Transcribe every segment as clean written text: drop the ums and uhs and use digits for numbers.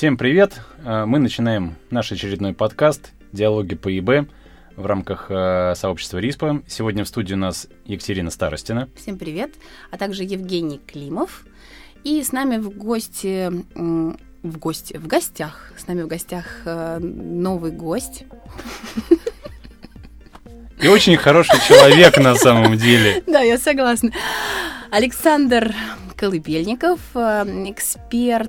Всем привет! Мы начинаем наш очередной подкаст «Диалоги по ИБ» в рамках сообщества РИСПа. Сегодня в студии у нас Екатерина Старостина. Всем привет! А также Евгений Климов. И с нами в гостях новый гость. И очень хороший человек на самом деле. Да, я согласна. Александр Колыбельников, эксперт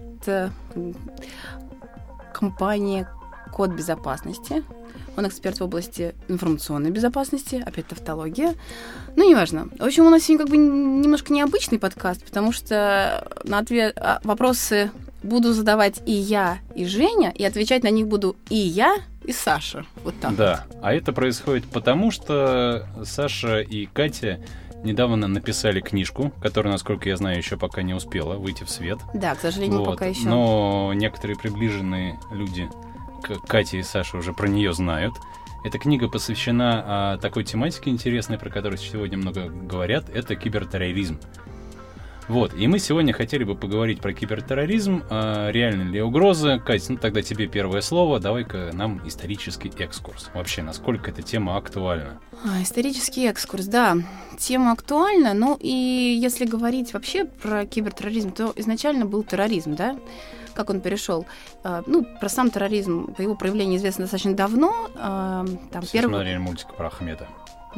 компании «Код безопасности». Он эксперт в области информационной безопасности, опять тавтология. Ну, неважно. В общем, у нас сегодня немножко необычный подкаст, потому что на вопросы буду задавать и я, и Женя, и отвечать на них буду и я, и Саша. Вот так. Да, а это происходит потому, что Саша и Катя недавно написали книжку, которая, насколько я знаю, еще пока не успела выйти в свет. Да, к сожалению, пока еще. Но некоторые приближенные люди Катя и Саша уже про нее знают. Эта книга посвящена такой тематике интересной, про которую сегодня много говорят. Это кибертерроризм. Вот, и мы сегодня хотели бы поговорить про кибертерроризм, реальна ли угроза. Катя, тогда тебе первое слово, давай-ка нам исторический экскурс. Вообще, насколько эта тема актуальна? Исторический экскурс, да, тема актуальна, ну и если говорить вообще про кибертерроризм, то изначально был терроризм, да? Как он перешел? Про сам терроризм, по его проявлению известно достаточно давно. Все смотрели мультик про Ахмеда.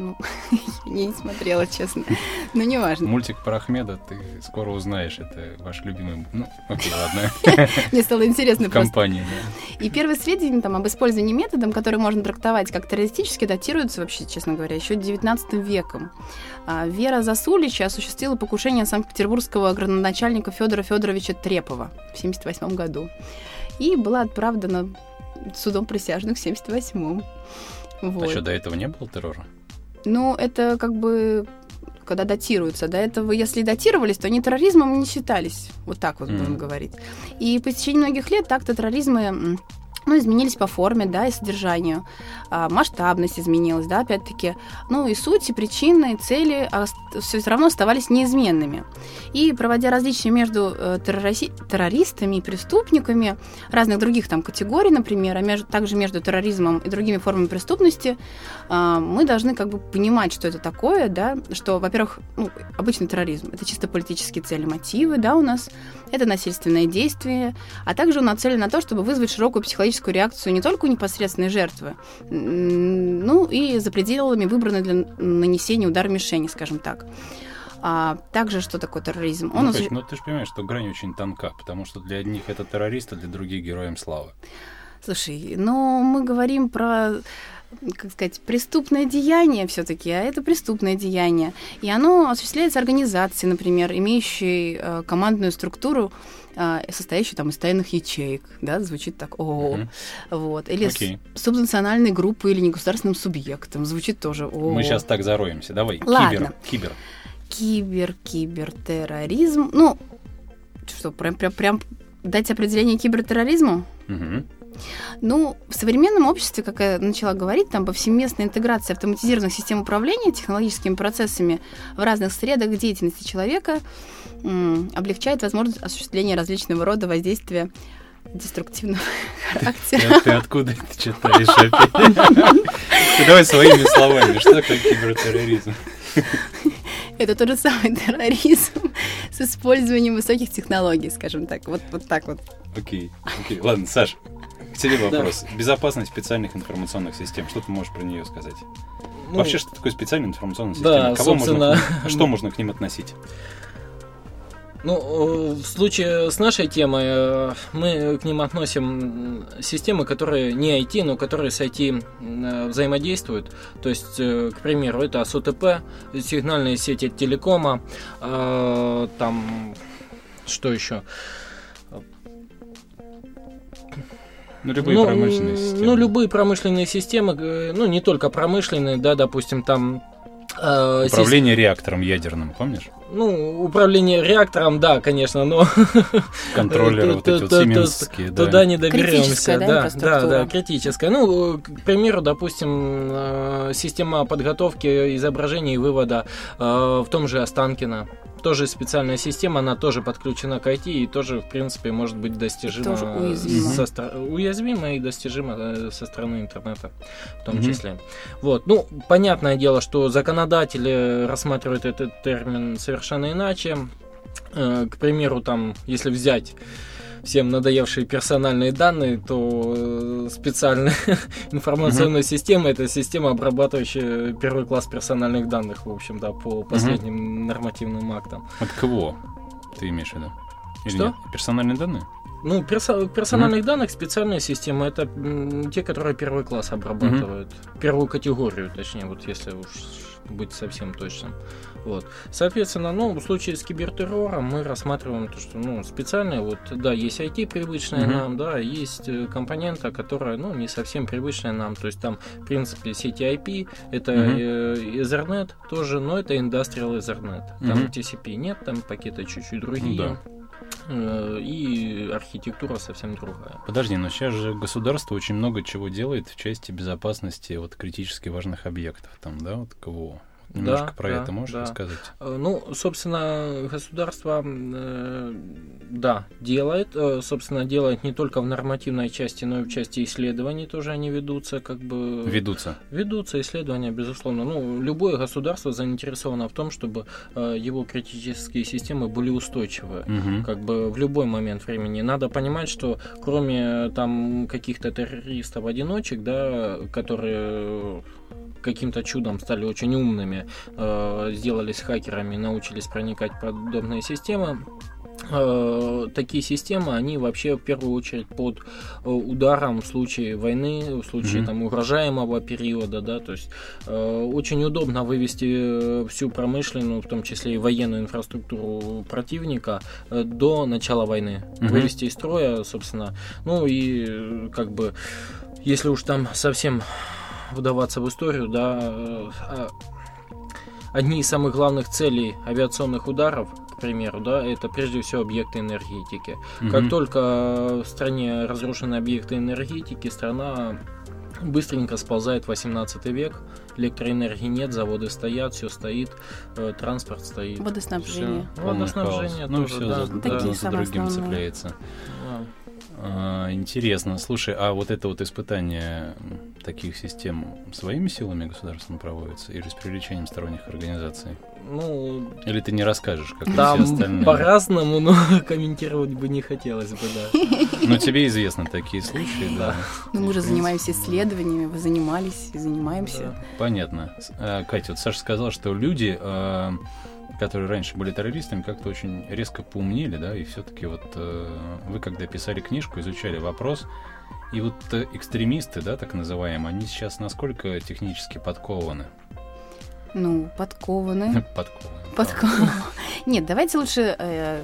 Я не смотрела, честно. Но неважно. Мультик про Ахмеда ты скоро узнаешь. Это ваш любимый... окей, ладно. Мне стало интересно просто. Компания, да. И первые сведения об использовании методом, который можно трактовать как террористически, датируются вообще, честно говоря, еще XIX веком. Вера Засулича осуществила покушение санкт-петербургского градоначальника Федора Федоровича Трепова в 1978 году. И была оправдана судом присяжных в 1978. А что, до этого не было террора? Это когда датируются. До этого, если датировались, то они терроризмом не считались. Вот так вот будем говорить. И по течение многих лет так-то терроризмы изменились по форме, да, и содержанию. Масштабность изменилась, да, опять-таки. И суть, и причины, и цели все равно оставались неизменными. И проводя различия между террористами и преступниками разных других категорий, например, также между терроризмом и другими формами преступности, мы должны понимать, что это такое, да, что, во-первых, обычный терроризм — это чисто политические цели, мотивы, да, у нас, это насильственное действие, а также он нацелен на то, чтобы вызвать широкую психологическую реакцию не только у непосредственной жертвы, и за пределами выбранной для нанесения удара мишени, скажем так. Также, что такое терроризм? Ты же понимаешь, что грань очень тонка, потому что для одних это террорист, а для других героям славы. Слушай, мы говорим про, преступное деяние все-таки, а это преступное деяние. И оно осуществляется организацией, например, имеющей командную структуру, состоящую из тайных ячеек, да, звучит так, вот, или субнациональной группой или негосударственным субъектом, звучит тоже, Мы сейчас так зароемся, давай, ладно. Кибертерроризм. Прям дать определение кибертерроризму? В современном обществе, как я начала говорить, повсеместная интеграция автоматизированных систем управления технологическими процессами в разных средах деятельности человека облегчает возможность осуществления различного рода воздействия деструктивного характера. Ты откуда это читаешь опять? Давай своими словами, что такое кибертерроризм? Это тот же самый терроризм с использованием высоких технологий, скажем так. Вот так вот. Окей. Ладно, Саш, к тебе вопрос. Да. Безопасность специальных информационных систем. Что ты можешь про нее сказать? Вообще, что такое специальная информационная система? Да, что можно к ним относить? В случае с нашей темой мы к ним относим системы, которые не IT, но которые с IT взаимодействуют. То есть, к примеру, это СОТП, сигнальные сети телекома, что еще? Любые промышленные системы. Любые промышленные системы, не только промышленные, да, допустим, управление реактором ядерным, помнишь? Управление реактором, да, конечно, но... Контроллеры сименские, да. Туда не доберемся. Критическая, да, критическая. К примеру, допустим, система подготовки изображений и вывода в том же Останкино. тоже специальная система, она тоже подключена к IT и тоже, в принципе, может быть достижима. Тоже уязвима. Уязвима и достижима со стороны интернета в том числе. Вот. Ну, понятное дело, что законодатели рассматривают этот термин совершенно иначе. К примеру, там, если взять всем надоевшие персональные данные, то специальная информационная система — это система, обрабатывающая первый класс персональных данных, в общем, да, по последним нормативным актам. От кого ты имеешь в виду? Или Что? нет? Персональные данные? Ну, персональных данных специальная система — это те, которые первый класс обрабатывают. Первую категорию, точнее, вот если уж быть совсем точным. Вот. Соответственно, ну, в случае с кибертеррором мы рассматриваем то, что, ну, специальные, вот, да, есть IT привычная нам, да, есть компонента, которая, ну, не совсем привычная нам, то есть там, в принципе, сети IP, это Ethernet тоже, но это Industrial Ethernet, там TCP нет, там пакеты чуть-чуть другие. И архитектура совсем другая. Подожди, но сейчас же государство очень много чего делает в части безопасности вот критически важных объектов, там, да, вот КВО. Немножко про это можешь рассказать? Ну, собственно, государство, да, делает. Собственно, делает не только в нормативной части, но и в части исследований тоже они ведутся, как бы... Ведутся исследования, безусловно. Ну, любое государство заинтересовано в том, чтобы его критические системы были устойчивы, как бы в любой момент времени. Надо понимать, что кроме там каких-то террористов-одиночек, да, которые каким-то чудом стали очень умными, сделались хакерами, научились проникать в подобные системы. Такие системы, они вообще в первую очередь под ударом в случае войны, в случае там угрожаемого периода, да, то есть очень удобно вывести всю промышленную, в том числе и военную инфраструктуру противника до начала войны, вывести из строя, собственно, ну и как бы, если уж там совсем вдаваться в историю, да, одни из самых главных целей авиационных ударов, к примеру, да, это прежде всего объекты энергетики. Как только в стране разрушены объекты энергетики, страна быстренько сползает в 18 век, электроэнергии нет, заводы стоят, все стоит, транспорт стоит. Водоснабжение. Водоснабжение ну, тоже, все да. за другим цепляется. Интересно. Слушай, а вот это вот испытание таких систем своими силами государственно проводится или с привлечением сторонних организаций? Ну, или ты не расскажешь, как там все остальные? По-разному, но комментировать бы не хотелось бы, да. Но тебе известны такие случаи, да? Ну, мы же занимаемся исследованиями, вы занимались и занимаемся. Понятно. Катя, вот Саша сказал, что люди, которые раньше были террористами, как-то очень резко поумнели, да, и все-таки вот вы, когда писали книжку, изучали вопрос, и вот экстремисты, да, так называемые, они сейчас насколько технически подкованы? Ну, подкованы. Нет, давайте лучше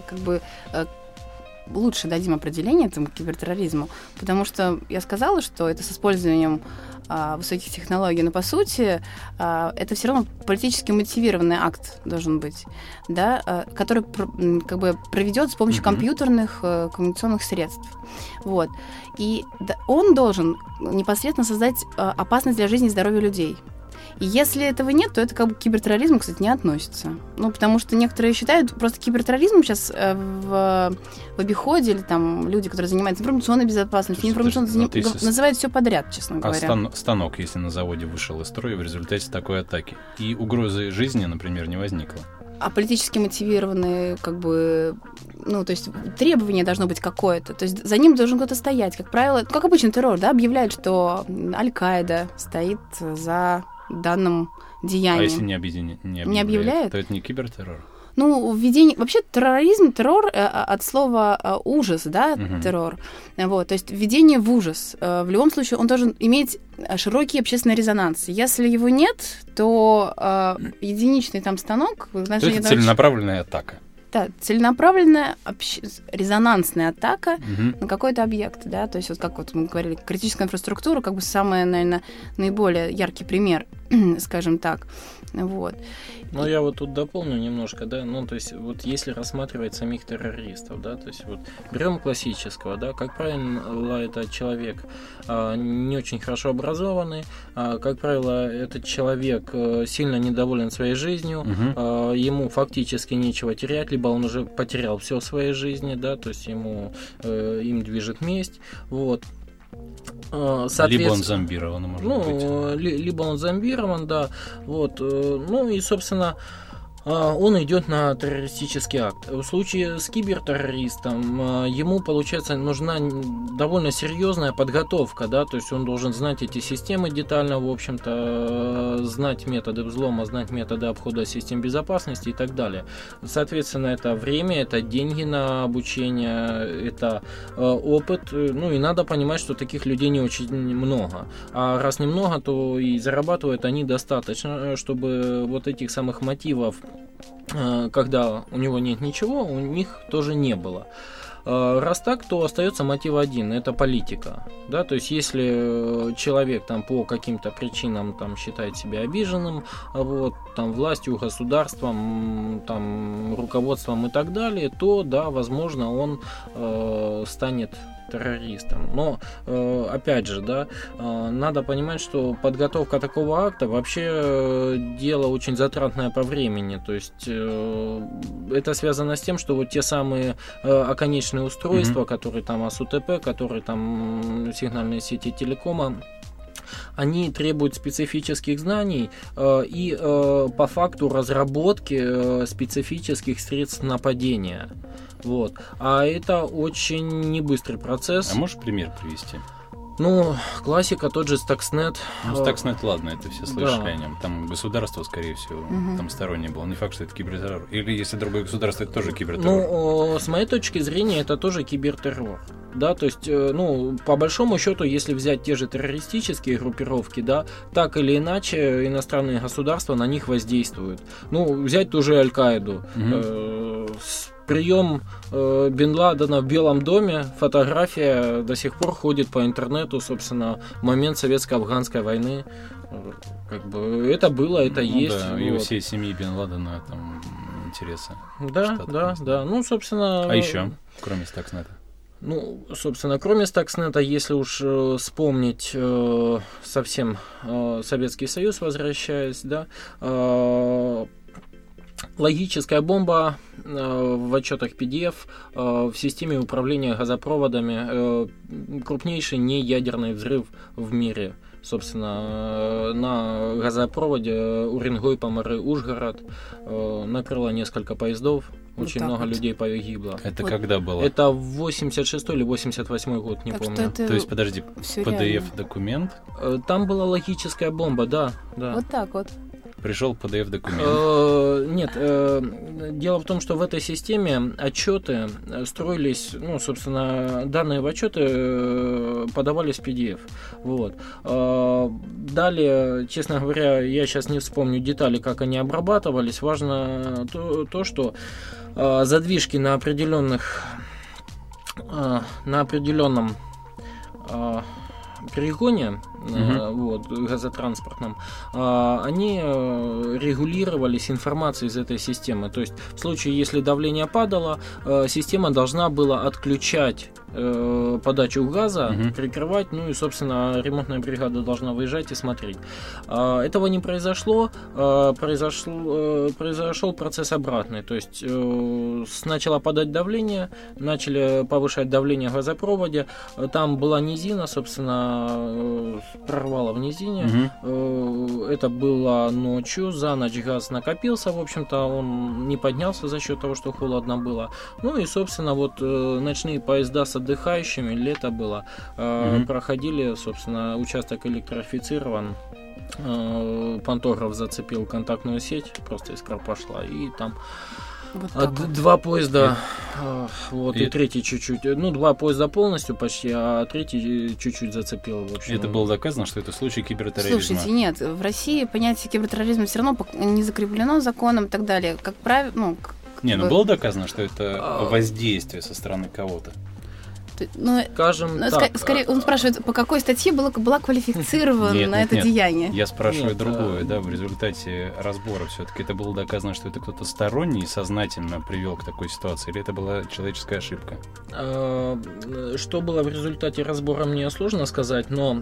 лучше дадим определение этому кибертерроризму, потому что я сказала, что это с использованием высоких технологий, но по сути это все равно политически мотивированный акт должен быть, да, который как бы проведет с помощью компьютерных коммуникационных средств. Вот. И он должен непосредственно создать опасность для жизни и здоровья людей. И если этого нет, то это как бы к кибертерроризму, кстати, не относится. Ну, потому что некоторые считают, просто кибертерроризм сейчас в обиходе, или там люди, которые занимаются информационной безопасностью, называют все подряд, честно говоря. Станок, если на заводе вышел из строя в результате такой атаки, и угрозы жизни, например, не возникло. А политически мотивированные, как бы, ну, то есть требование должно быть какое-то. То есть за ним должен кто-то стоять. Как правило, как обычно террор, да, объявляют, что Аль-Каида стоит за данным деянием. А если не объявляет, то это не кибертеррор? Ну, вообще террор от слова ужас, да, террор. Вот, то есть введение в ужас. В любом случае он должен иметь широкий общественный резонанс. Если его нет, то единичный там станок... То это целенаправленная атака. Да, целенаправленная резонансная атака на какой-то объект, да, то есть вот как вот мы говорили, критическая инфраструктура, как бы самый, наверное, наиболее яркий пример. скажем так. Вот. Ну, я вот тут дополню немножко, да, ну, то есть, вот если рассматривать самих террористов, да, то есть, вот, берем классического, да, как правило, это человек не очень хорошо образованный, как правило, этот человек сильно недоволен своей жизнью, ему фактически нечего терять, либо он уже потерял все в своей жизни, да, то есть, им движет месть, вот. Либо он зомбирован, может быть. Либо он зомбирован, да. Вот. Ну и, собственно, он идет на террористический акт. В случае с кибертеррористом ему, получается, нужна довольно серьезная подготовка, да, то есть он должен знать эти системы детально, в общем-то, знать методы взлома, знать методы обхода систем безопасности и так далее. Соответственно, это время, это деньги на обучение, это опыт, ну и надо понимать, что таких людей не очень много. А раз немного, то и зарабатывают они достаточно, чтобы вот этих самых мотивов, когда у него нет ничего, у них тоже не было. Раз так, то остается мотив один, это политика. Да? То есть, если человек там, по каким-то причинам там, считает себя обиженным, вот, там, властью, государством, там, руководством и так далее, то, да, возможно, он станет террористом. Но, опять же, да, надо понимать, что подготовка такого акта вообще дело очень затратное по времени. То есть, это связано с тем, что вот те самые оконечные устройства, которые там АСУТП, которые там сигнальные сети телекома, они требуют специфических знаний и по факту разработки специфических средств нападения. Вот. А это очень небыстрый процесс. А можешь пример привести? Ну, классика, тот же Stuxnet. Ну, Stuxnet, ладно, это все слышали о нем. Там государство, скорее всего, там стороннее было. Не факт, что это кибертеррор. Или если другое государство, это тоже кибертеррор. Ну, с моей точки зрения, это тоже кибертеррор. Да, то есть, ну, по большому счету, если взять те же террористические группировки, да, так или иначе иностранные государства на них воздействуют. Ну, взять ту же Аль-Каиду. Прием Бен Ладена в Белом доме, фотография до сих пор ходит по интернету, собственно, в момент советско-афганской войны. Как бы это было, это есть. Да, и у всей семьи Бен Ладена там интересы. Да. Ну, собственно. А еще, кроме Stuxnet? Ну, собственно, кроме Stuxnet, если уж вспомнить совсем Советский Союз, возвращаясь, да, логическая бомба в отчетах PDF в системе управления газопроводами, крупнейший неядерный взрыв в мире. Собственно, на газопроводе Уренгой-Поморы-Ужгород накрыло несколько поездов. Очень вот много людей погибло. Это вот. Когда было? Это 86 или 88 год, не помню. То есть, подожди, PDF-документ? Там была логическая бомба, да. Вот так вот. Пришел PDF-документ. Нет, дело в том, что в этой системе отчеты строились, ну, собственно, данные в отчеты подавались в PDF. Вот. Далее, честно говоря, я сейчас не вспомню детали, как они обрабатывались. Важно то, что задвижки на определенном перегоне, вот, газотранспортном, они регулировались информацией из этой системы. То есть в случае, если давление падало, система должна была отключать подачу газа, прикрывать, ну и, собственно, ремонтная бригада должна выезжать и смотреть. Этого не произошло, произошел процесс обратный, то есть начало падать давление, начали повышать давление в газопроводе, там была низина, собственно, прорвало в низине, это было ночью, за ночь газ накопился, в общем-то, он не поднялся за счет того, что холодно было, ну и, собственно, вот ночные поезда с отдыхающими, лето было, проходили, собственно, участок электрифицирован, пантограф зацепил контактную сеть, просто искра пошла, и там вот два поезда, вот, и третий чуть-чуть, ну, два поезда полностью почти, а третий чуть-чуть зацепил, в общем. Это было доказано, что это случай кибертерроризма? Слушайте, нет, в России понятие кибертерроризма все равно не закреплено законом и так далее, как правило, ну... Не, ну было доказано, что это воздействие со стороны кого-то? Скажем так. Скорее, он спрашивает, по какой статье была квалифицировано это деяние? Я спрашиваю другое, да, в результате разбора все-таки это было доказано, что это кто-то сторонний сознательно привел к такой ситуации, или это была человеческая ошибка? Что было в результате разбора, мне сложно сказать, но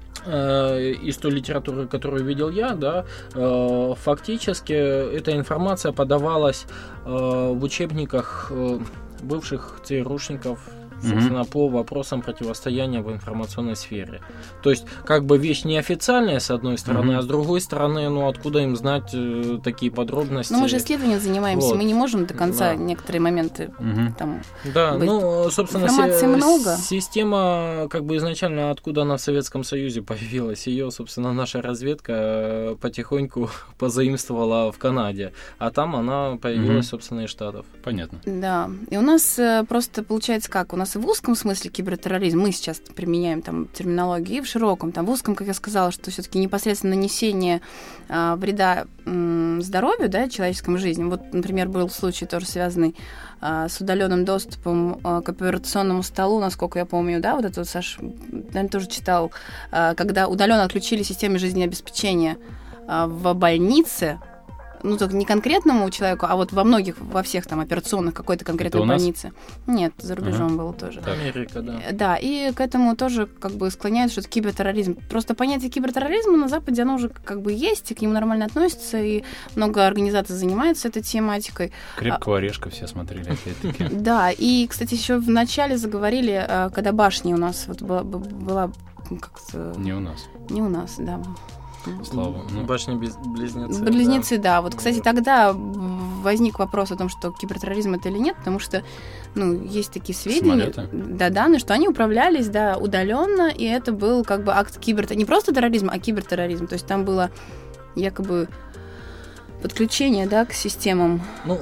из той литературы, которую видел я, да, фактически эта информация подавалась в учебниках бывших ЦРУшников, собственно, по вопросам противостояния в информационной сфере. То есть, как бы вещь неофициальная, с одной стороны, а с другой стороны, ну, откуда им знать такие подробности? Но мы же исследованием занимаемся, мы не можем до конца некоторые моменты там быть. Ну, собственно, информации много. Система, как бы изначально, откуда она в Советском Союзе появилась, ее, собственно, наша разведка потихоньку позаимствовала в Канаде, а там она появилась, собственно, из Штатов. Понятно. Да, и у нас просто получается как? У нас и в узком смысле кибертерроризм, мы сейчас применяем там терминологию, и в широком. Там в узком, как я сказала, что все-таки непосредственно нанесение вреда здоровью, да, человеческому жизни. Вот, например, был случай тоже связанный с удаленным доступом к операционному столу, насколько я помню, да, вот это вот, Саш, наверное, тоже читал, когда удаленно отключили системы жизнеобеспечения в больнице, ну, только не конкретному человеку, а вот во всех там операционных какой-то конкретной больнице. Нет, за рубежом было тоже. Америка, да. Да, и к этому тоже как бы склоняют, что это кибертерроризм. Просто понятие кибертерроризма на Западе, оно уже как бы есть, и к нему нормально относятся, и много организаций занимаются этой тематикой. «Крепкого орешка» все смотрели, опять-таки. Да, и, кстати, еще в начале заговорили, когда башня у нас вот была как-то... Не у нас, да. Слава. Башни-близнецы. Близнецы, да. Вот, кстати, тогда возник вопрос о том, что кибертерроризм это или нет, потому что, ну, есть такие сведения, данные, что они управлялись, да, удаленно, и это был как бы акт не просто терроризма, а кибертерроризм. То есть там было якобы подключение, да, к системам. Ну,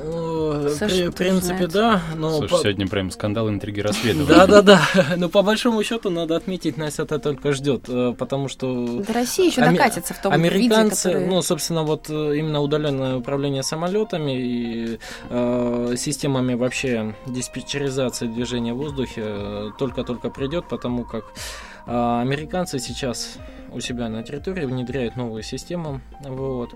в принципе, да. Но слушай, сегодня прям скандал, интриги, расследования. Да. Но по большому счету надо отметить, нас это только ждет, потому что... До России еще докатится в том американцы, виде, ну, собственно, вот именно удаленное управление самолетами и системами вообще диспетчеризации движения в воздухе только-только придет, потому как американцы сейчас у себя на территории внедряют новую систему. Вот.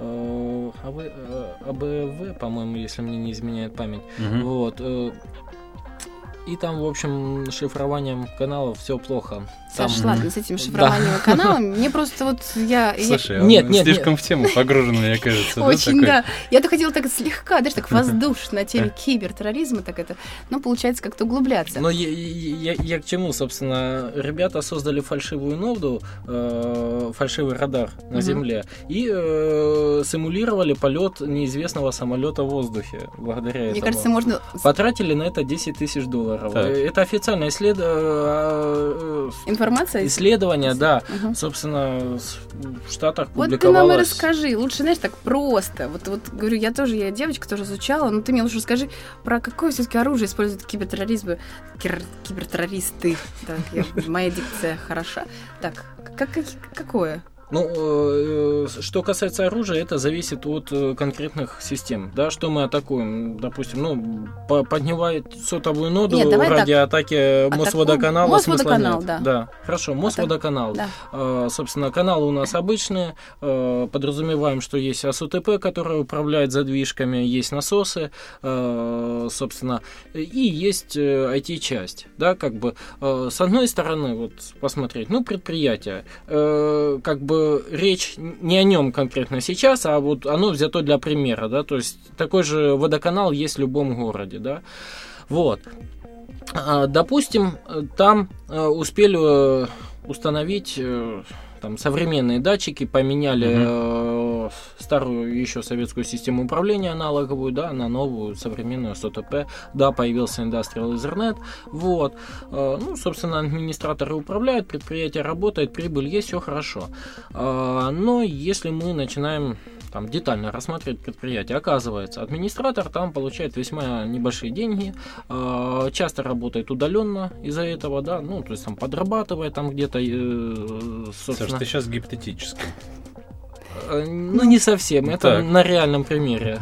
АБВ, по-моему, если мне не изменяет память. Вот. И там, в общем, шифрованием каналов все плохо. Саш, ладно, с этим шифрованием каналов. Мне просто вот Слушай, слишком в тему погружен, мне кажется. Очень, да. Я-то хотела так слегка, даже так воздушно на теме кибертерроризма, так это, ну, получается, как-то углубляться. Но я к чему, собственно, ребята создали фальшивую ноду, фальшивый радар на Земле и симулировали полет неизвестного самолета в воздухе благодаря этому. Мне кажется, можно... Потратили на это $10 000. Так. Это официальное исследование, да. Собственно, в Штатах публиковалось. Вот ты нам и расскажи. Лучше, знаешь, так просто. Вот говорю, я девочка тоже изучала, но ты мне лучше расскажи, про какое все-таки оружие используют кибертеррористы. Так, моя дикция хороша. Так, какое? Ну, что касается оружия, это зависит от конкретных систем. Да, что мы атакуем? Допустим, ну, поднимать сотовую ноду ради атаки Мосводоканала. Мосводоканал, да. Да, хорошо, Мосводоканал. Да. Собственно, каналы у нас обычные. Подразумеваем, что есть АСУТП, который управляет задвижками, есть насосы, собственно, и есть IT-часть. Да, как бы, с одной стороны, вот, посмотреть, ну, предприятие, как бы, речь не о нем конкретно сейчас, а вот оно взято для примера, да, то есть такой же водоканал есть в любом городе, да, вот. Допустим, там успели установить там современные датчики, поменяли старую еще советскую систему управления аналоговую, да, на новую современную СОТП, да, появился Industrial Ethernet, вот, ну, собственно, администраторы управляют, предприятие работает, прибыль есть, все хорошо, но если мы начинаем там детально рассматривать предприятие, оказывается, администратор там получает весьма небольшие деньги, часто работает удаленно из-за этого, да, ну, то есть там подрабатывает там где-то, собственно... Саш, ты сейчас гипотетически. Ну, не совсем, это на реальном примере.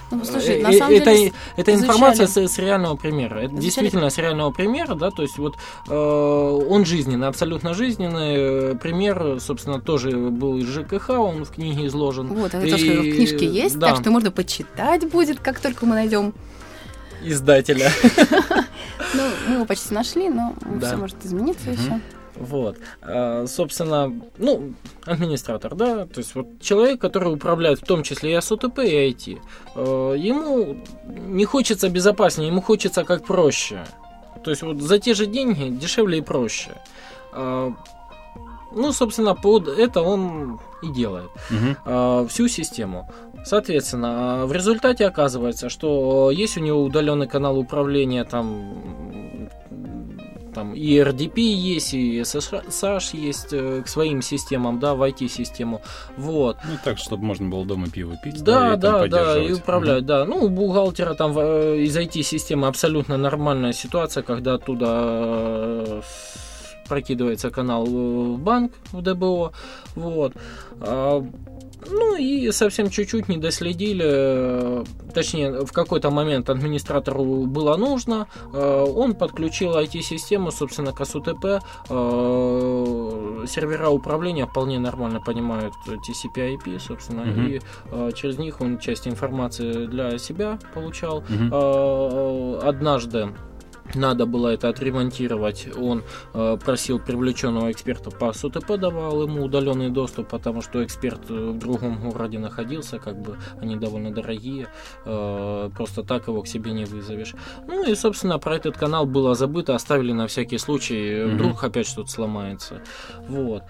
Ну, слушай, на самом деле, это информация с реального примера. Это действительно с реального примера, да, то есть вот он жизненный, абсолютно жизненный пример, собственно, тоже был из ЖКХ, он в книге изложен. Вот, это тоже в книжке есть, да. Так что можно почитать будет, как только мы найдем издателя. Ну, мы его почти нашли, но все может измениться еще. Вот, собственно, ну, администратор, да, то есть вот человек, который управляет в том числе и ОСУТП, и IT, ему не хочется безопаснее, ему хочется как проще, то есть вот за те же деньги дешевле и проще. Ну, собственно, под это он и делает всю систему. Соответственно, в результате оказывается, что есть у него удаленный канал управления, там и RDP есть, и SSH есть к своим системам, да, в IT-систему. Вот. Ну, так, чтобы можно было дома пиво пить. Да, и управлять, да. Ну, у бухгалтера там из IT-системы абсолютно нормальная ситуация, когда оттуда прокидывается канал в банк, в ДБО. Вот. Ну и совсем чуть-чуть не доследили, точнее, в какой-то момент администратору было нужно, он подключил IT-систему, собственно, к ОСУТП, сервера управления вполне нормально понимают TCP/IP, собственно, и через них он часть информации для себя получал. Однажды надо было это отремонтировать, он просил привлеченного эксперта по ОСУТП, давал ему удаленный доступ, потому что эксперт в другом городе находился, как бы они довольно дорогие, просто так его к себе не вызовешь. Ну и, собственно, про этот канал было забыто, оставили на всякий случай, вдруг опять что-то сломается. Вот.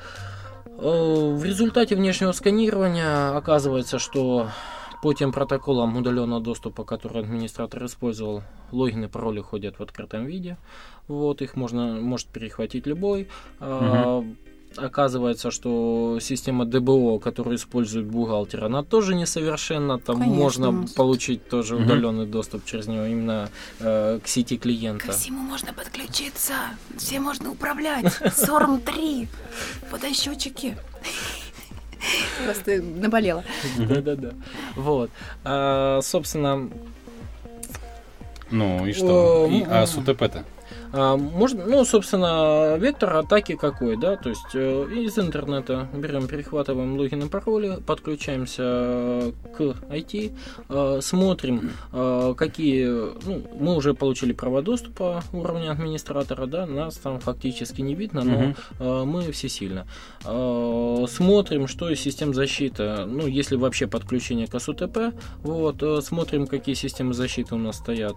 В результате внешнего сканирования оказывается, что по тем протоколам удаленного доступа, которые администратор использовал, логины и пароли ходят в открытом виде. Вот, их может перехватить любой. Оказывается, что система ДБО, которую использует бухгалтер, она тоже несовершенна. Там можно получить тоже удаленный доступ через него именно к сети клиента. Ко всему можно подключиться, все можно управлять. SORM-3, фотосчетчики. Просто наболело. Да. Вот. Собственно. Ну и что? А ОСУТП-то? Можно, ну, собственно, вектор атаки какой, да, то есть из интернета берем, перехватываем логин и пароли, подключаемся к IT, смотрим, какие, ну, мы уже получили права доступа уровня администратора, да, нас там фактически не видно, но мы всесильно. Смотрим, что из систем защиты, ну, если вообще подключение к ОСУТП, вот, смотрим, какие системы защиты у нас стоят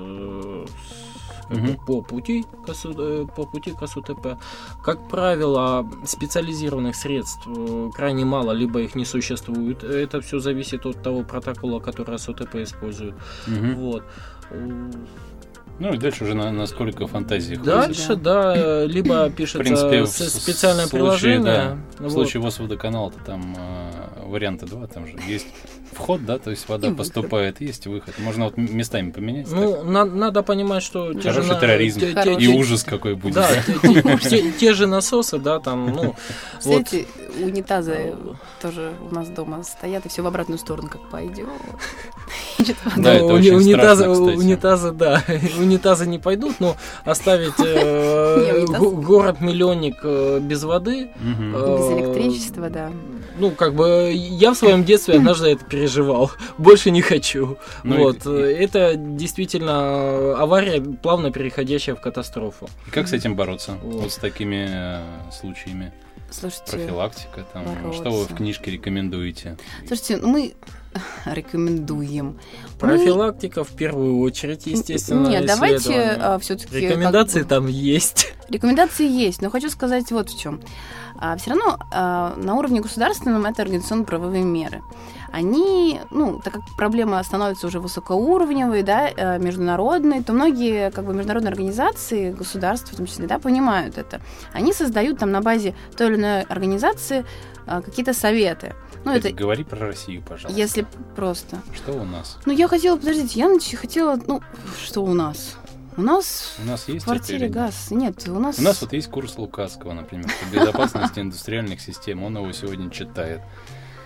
по пути к ОСУТП. Как правило, специализированных средств крайне мало, либо их не существует. Это все зависит от того протокола, который ОСУТП использует. Вот. Ну и дальше уже насколько фантазии хватит. Дальше, да, либо пишется специальное приложение. В случае ВОС-водоканала-то там варианта два, там же есть вход, да, то есть вода поступает, есть выход. Можно вот местами поменять. Ну, надо понимать, что... Хороший терроризм и ужас какой будет. Да, те же насосы, да, там, ну... Кстати, унитазы тоже у нас дома стоят, и все в обратную сторону как пойдет. Да, это очень страшно, кстати. Унитазы, да, унитазы не пойдут, но оставить город-миллионник без воды... Без электричества, да. Ну, как бы, я в своем детстве однажды это переживал. Больше не хочу. Вот. Это действительно авария, плавно переходящая в катастрофу. И как с этим бороться? Вот с такими случаями? Слушайте, профилактика, там, что вы в книжке рекомендуете? Слушайте, мы рекомендуем. Профилактика в первую очередь, естественно. Нет, давайте все-таки... Рекомендации там есть. Рекомендации есть, но хочу сказать вот в чем. Все равно на уровне государственном это организационно-правовые меры. Они, ну, так как проблема становится уже высокоуровневой, да, международной, то многие как бы международные организации, государства в том числе, да, понимают это. Они создают там на базе той или иной организации какие-то советы. Ну, это... Говори про Россию, пожалуйста. Если просто. Что у нас? Ну, я хотела, подождите, что у нас? У нас есть в квартире газ. Нет, у нас... У нас вот есть курс Лукацкого, например, по безопасности индустриальных систем. Он его сегодня читает.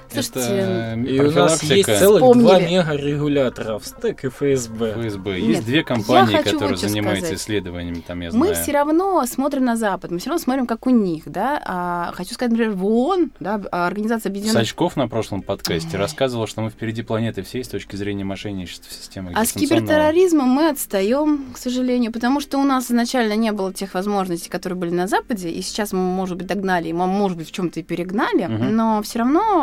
Слушайте, И у нас есть целых 2 мегарегулятора, СТЭК и ФСБ. Есть 2 компании, которые занимаются исследованиями, там я знаю. Мы все равно смотрим на Запад, мы все равно смотрим, как у них, да. Хочу сказать, например, в ООН, да, Организация Объединенных... Сачков на прошлом подкасте рассказывал, что мы впереди планеты всей с точки зрения мошенничества в системе А с кибертерроризмом мы отстаем, к сожалению, потому что у нас изначально не было тех возможностей, которые были на Западе, и сейчас мы, может быть, догнали, мы, может быть, в чем-то и перегнали, но все равно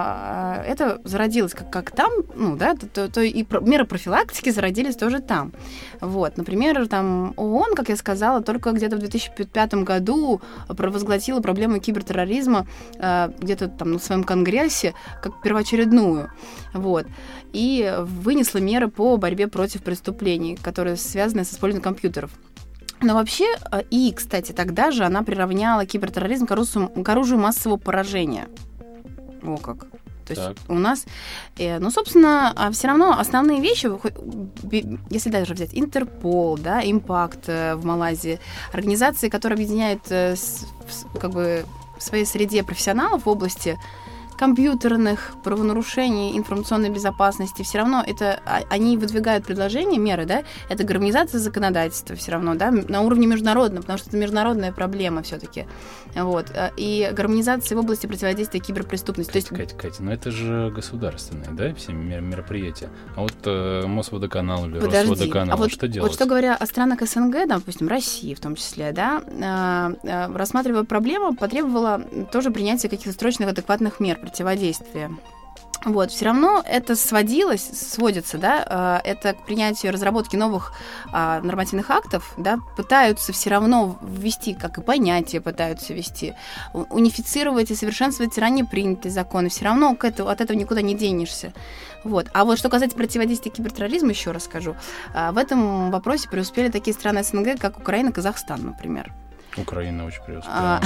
это зародилось как там, ну, да, то и меры профилактики зародились тоже там. Вот, например, там ООН, как я сказала, только где-то в 2005 году провозгласила проблему кибертерроризма где-то там на своем конгрессе как первоочередную, вот, и вынесла меры по борьбе против преступлений, которые связаны с использованием компьютеров. Но вообще, и, кстати, тогда же она приравняла кибертерроризм к оружию массового поражения. О как. То есть у нас, ну, собственно, все равно основные вещи, если даже взять Интерпол, да, Импакт в Малайзии, организации, которые объединяют как бы в своей среде профессионалов в области компьютерных правонарушений, информационной безопасности, все равно это они выдвигают предложения, меры, да, это гармонизация законодательства все равно, да, на уровне международном, потому что это международная проблема все-таки, вот, и гармонизация в области противодействия киберпреступности. Катя, но это же государственные, да, все мероприятия, а вот Мосводоканал или Росводоканал, что делать? Вот что говоря о странах СНГ, допустим, России в том числе, да, рассматривая проблему, потребовала тоже принятия каких-то срочных адекватных мер противодействия. Вот, все равно это сводится, да, это к принятию разработки новых нормативных актов, да, пытаются все равно ввести, как и понятия пытаются ввести, унифицировать и совершенствовать ранее принятые законы, все равно от этого никуда не денешься. Вот. А вот что касается противодействия кибертерроризму, еще раз скажу, в этом вопросе преуспели такие страны СНГ, как Украина, Казахстан, например. Украина очень преуспела.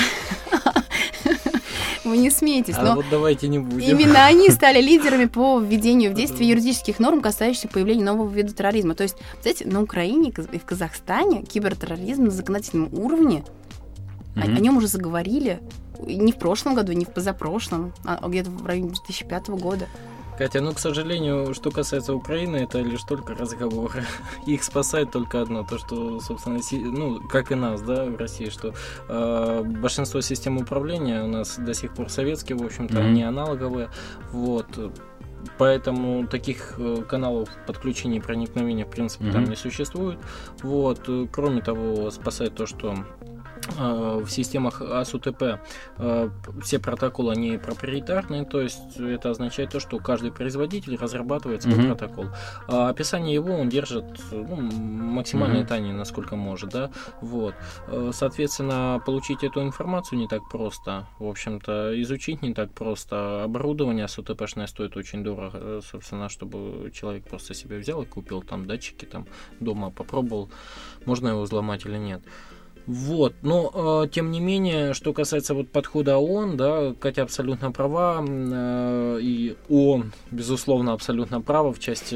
Вы не смейтесь, но вот давайте не будем. Именно они стали лидерами по введению в действие юридических норм, касающихся появления нового вида терроризма. То есть, знаете, на Украине и в Казахстане кибертерроризм на законодательном уровне, о нем уже заговорили не в прошлом году, не в позапрошлом, а где-то в районе 2005 года. Катя, ну, к сожалению, что касается Украины, это лишь только разговоры. Их спасает только одно, то, что, собственно, ну, как и нас, да, в России, что большинство систем управления у нас до сих пор советские, в общем-то, не аналоговые, вот. Поэтому таких каналов подключения и проникновения, в принципе, там не существует. Вот. Кроме того, спасает то, что в системах АСУТП все протоколы, они проприетарные, то есть это означает то, что каждый производитель разрабатывает свой протокол. Описание его он держит максимальной тайной, насколько может, да, вот. Соответственно, получить эту информацию не так просто, в общем-то, изучить не так просто. Оборудование АСУТПшное стоит очень дорого, собственно, чтобы человек просто себе взял и купил там датчики, там дома попробовал, можно его взломать или нет. Вот, но тем не менее, что касается вот подхода ООН, да, Катя абсолютно права, и ООН, безусловно, абсолютно права в части...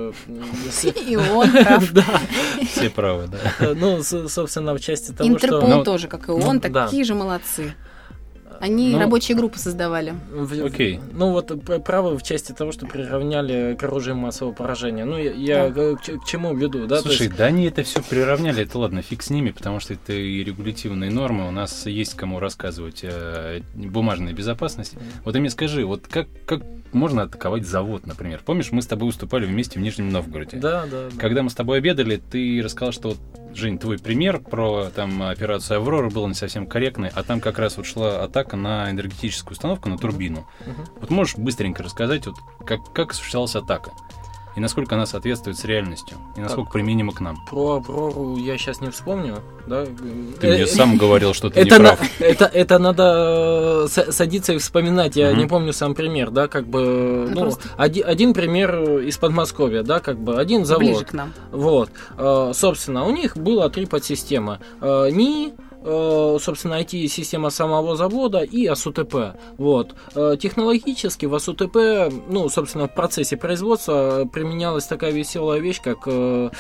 И ООН прав. Все правы, да. Ну, собственно, в части того, что... Интерпол тоже, как и ООН, такие же молодцы. Они рабочие группы создавали. Окей. Ну вот правы в части того, что приравняли к оружию массового поражения. Ну я к чему веду, да? Слушай, да они это все приравняли, это ладно, фиг с ними, потому что это и регулятивные нормы, у нас есть кому рассказывать о бумажной безопасности. Вот ты мне скажи, вот как можно атаковать завод, например? Помнишь, мы с тобой выступали вместе в Нижнем Новгороде? Да. Когда мы с тобой обедали, ты рассказал, что вот, Жень, твой пример про там операцию «Аврора» был не совсем корректный, а там как раз вот шла атака на энергетическую установку, на турбину. Вот можешь быстренько рассказать, вот, как осуществлялась атака? И насколько она соответствует с реальностью, и насколько применима к нам. Про «Аврору» я сейчас не вспомню. Да? Ты мне сам говорил, что ты не прав. Это надо садиться и вспоминать. Я не помню сам пример, да, как бы. Ну, один пример из Подмосковья, да, как бы один завод. Ближе к нам. Вот. Собственно, у них было 3 подсистемы. НИИ, собственно, IT-система самого завода и АСУТП. Вот. Технологически в АСУТП, ну, собственно, в процессе производства применялась такая веселая вещь, как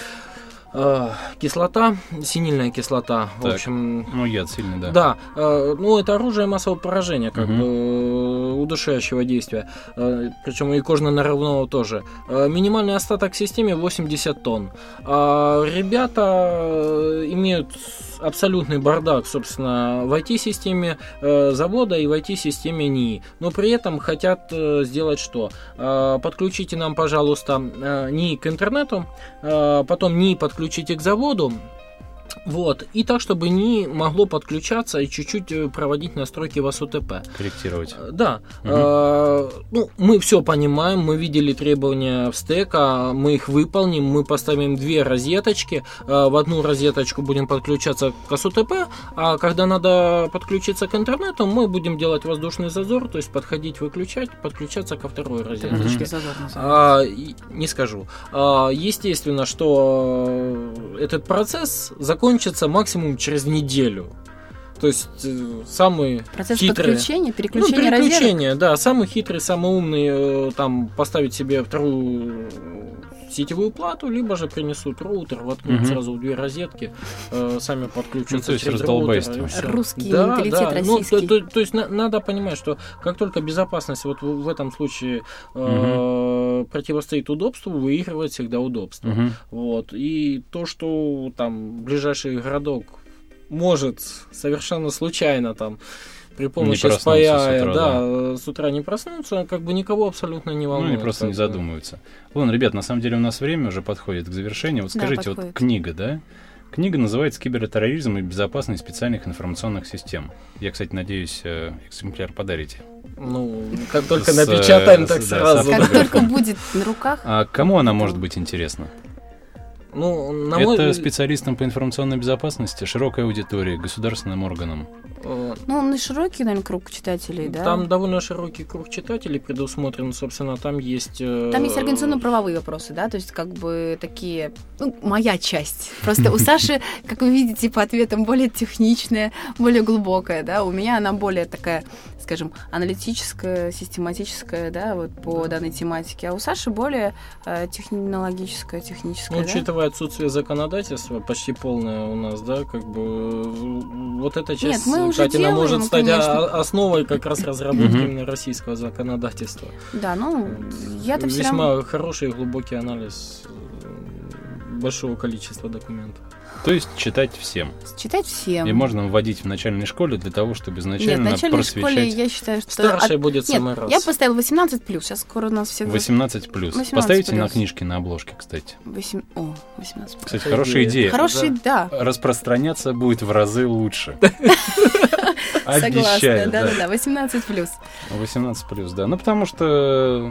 кислота, синильная кислота, так, в общем... Ну, яд сильный, да. Да, ну, это оружие массового поражения, как бы удушающего действия, причем и кожно-нарывного тоже. Минимальный остаток в системе 80 тонн. Ребята имеют абсолютный бардак, собственно, в IT-системе завода и в IT-системе НИИ. Но при этом хотят сделать что? Подключите нам, пожалуйста, НИИ к интернету, потом НИИ подключите к заводу. Вот. И так, чтобы НИИ могло подключаться и чуть-чуть проводить настройки в АСУТП. Корректировать. Да. Мы все понимаем, мы видели требования в стэк, мы их выполним, мы поставим 2 розеточки, в одну розеточку будем подключаться к АСУТП, а когда надо подключиться к интернету, мы будем делать воздушный зазор, то есть подходить, выключать, подключаться ко второй розеточке. Не скажу. Естественно, что этот процесс закончится максимум через неделю. То есть самый процесс хитрый... переключения розеток? Да, самый хитрый, самый умный там поставить себе вторую сетевую плату, либо же принесут роутер, воткнут сразу в 2 розетки, сами подключатся через роутер. Русский менталитет российский. То есть надо понимать, что как только безопасность вот в этом случае противостоит удобству, выигрывает всегда удобство. Вот. И то, что там ближайший городок может совершенно случайно там при помощи SPI, с утра не проснуться, как бы никого абсолютно не волнует. Они просто не задумываются. Ладно, ребят, на самом деле у нас время уже подходит к завершению. Вот скажите, вот книга, да? Книга называется «Кибертерроризм и безопасность специальных информационных систем». Я, кстати, надеюсь, экземпляр подарите. Как только напечатаем, так сразу. Как только будет на руках. А кому она может быть интересна? Это специалистам по информационной безопасности, широкой аудитории, государственным органам. Он широкий, наверное, круг читателей, да? Там довольно широкий круг читателей предусмотрен, собственно, там есть... Там есть организационно-правовые вопросы, да, то есть как бы такие, моя часть. Просто у Саши, как вы видите, по ответам более техничная, более глубокая, да, у меня она более такая, скажем, аналитическая, систематическая, да, вот по данной тематике, а у Саши более технологическая, техническая, учитывая отсутствие законодательства, почти полное у нас, да, как бы вот эта часть, кстати, она может стать основой как раз разработки именно российского законодательства. Да, я-то все весьма равно... хороший и глубокий анализ большого количества документов. То есть читать всем. Читать всем. И можно вводить в начальной школе для того, чтобы изначально просвещать. Нет, в начальной школе я считаю, что... Старшая будет самый раз. Я поставила 18+, сейчас скоро у нас все... 18+. Поставите на книжки на обложке, кстати. 18+. Кстати, хорошая идея. Хорошая, да. Распространяться будет в разы лучше. Согласна, да, 18+. 18+, да. Потому что...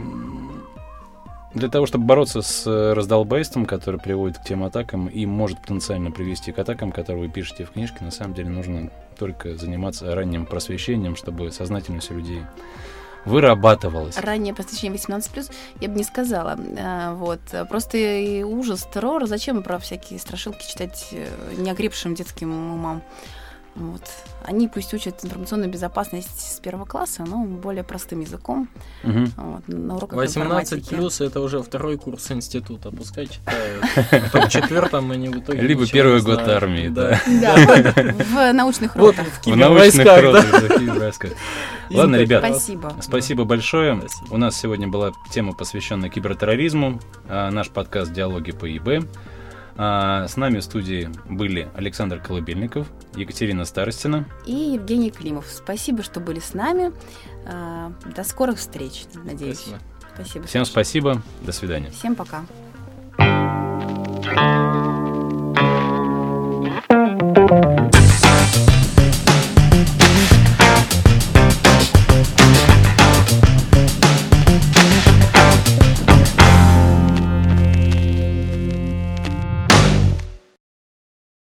Для того, чтобы бороться с раздолбайством, который приводит к тем атакам и может потенциально привести к атакам, которые вы пишете в книжке, на самом деле нужно только заниматься ранним просвещением, чтобы сознательность у людей вырабатывалась. Раннее просвещение 18+, я бы не сказала. Вот. Просто и ужас, террор. Зачем про всякие страшилки читать неокрепшим детским умам? Вот. Они пусть учат информационную безопасность с 1 класса, но более простым языком. Вот, на уроках 18+ это уже 2-й курс института, пускай читают. В 4-м они в итоге... Либо 1-й год армии, да. Да, в научных ротах. В научных ротах. Ладно, ребят, спасибо большое. У нас сегодня была тема, посвященная кибертерроризму. Наш подкаст «Диалоги по ИБ». С нами в студии были Александр Колыбельников, Екатерина Старостина и Евгений Климов. Спасибо, что были с нами. До скорых встреч, надеюсь. Спасибо. Всем спасибо. До свидания. Всем пока.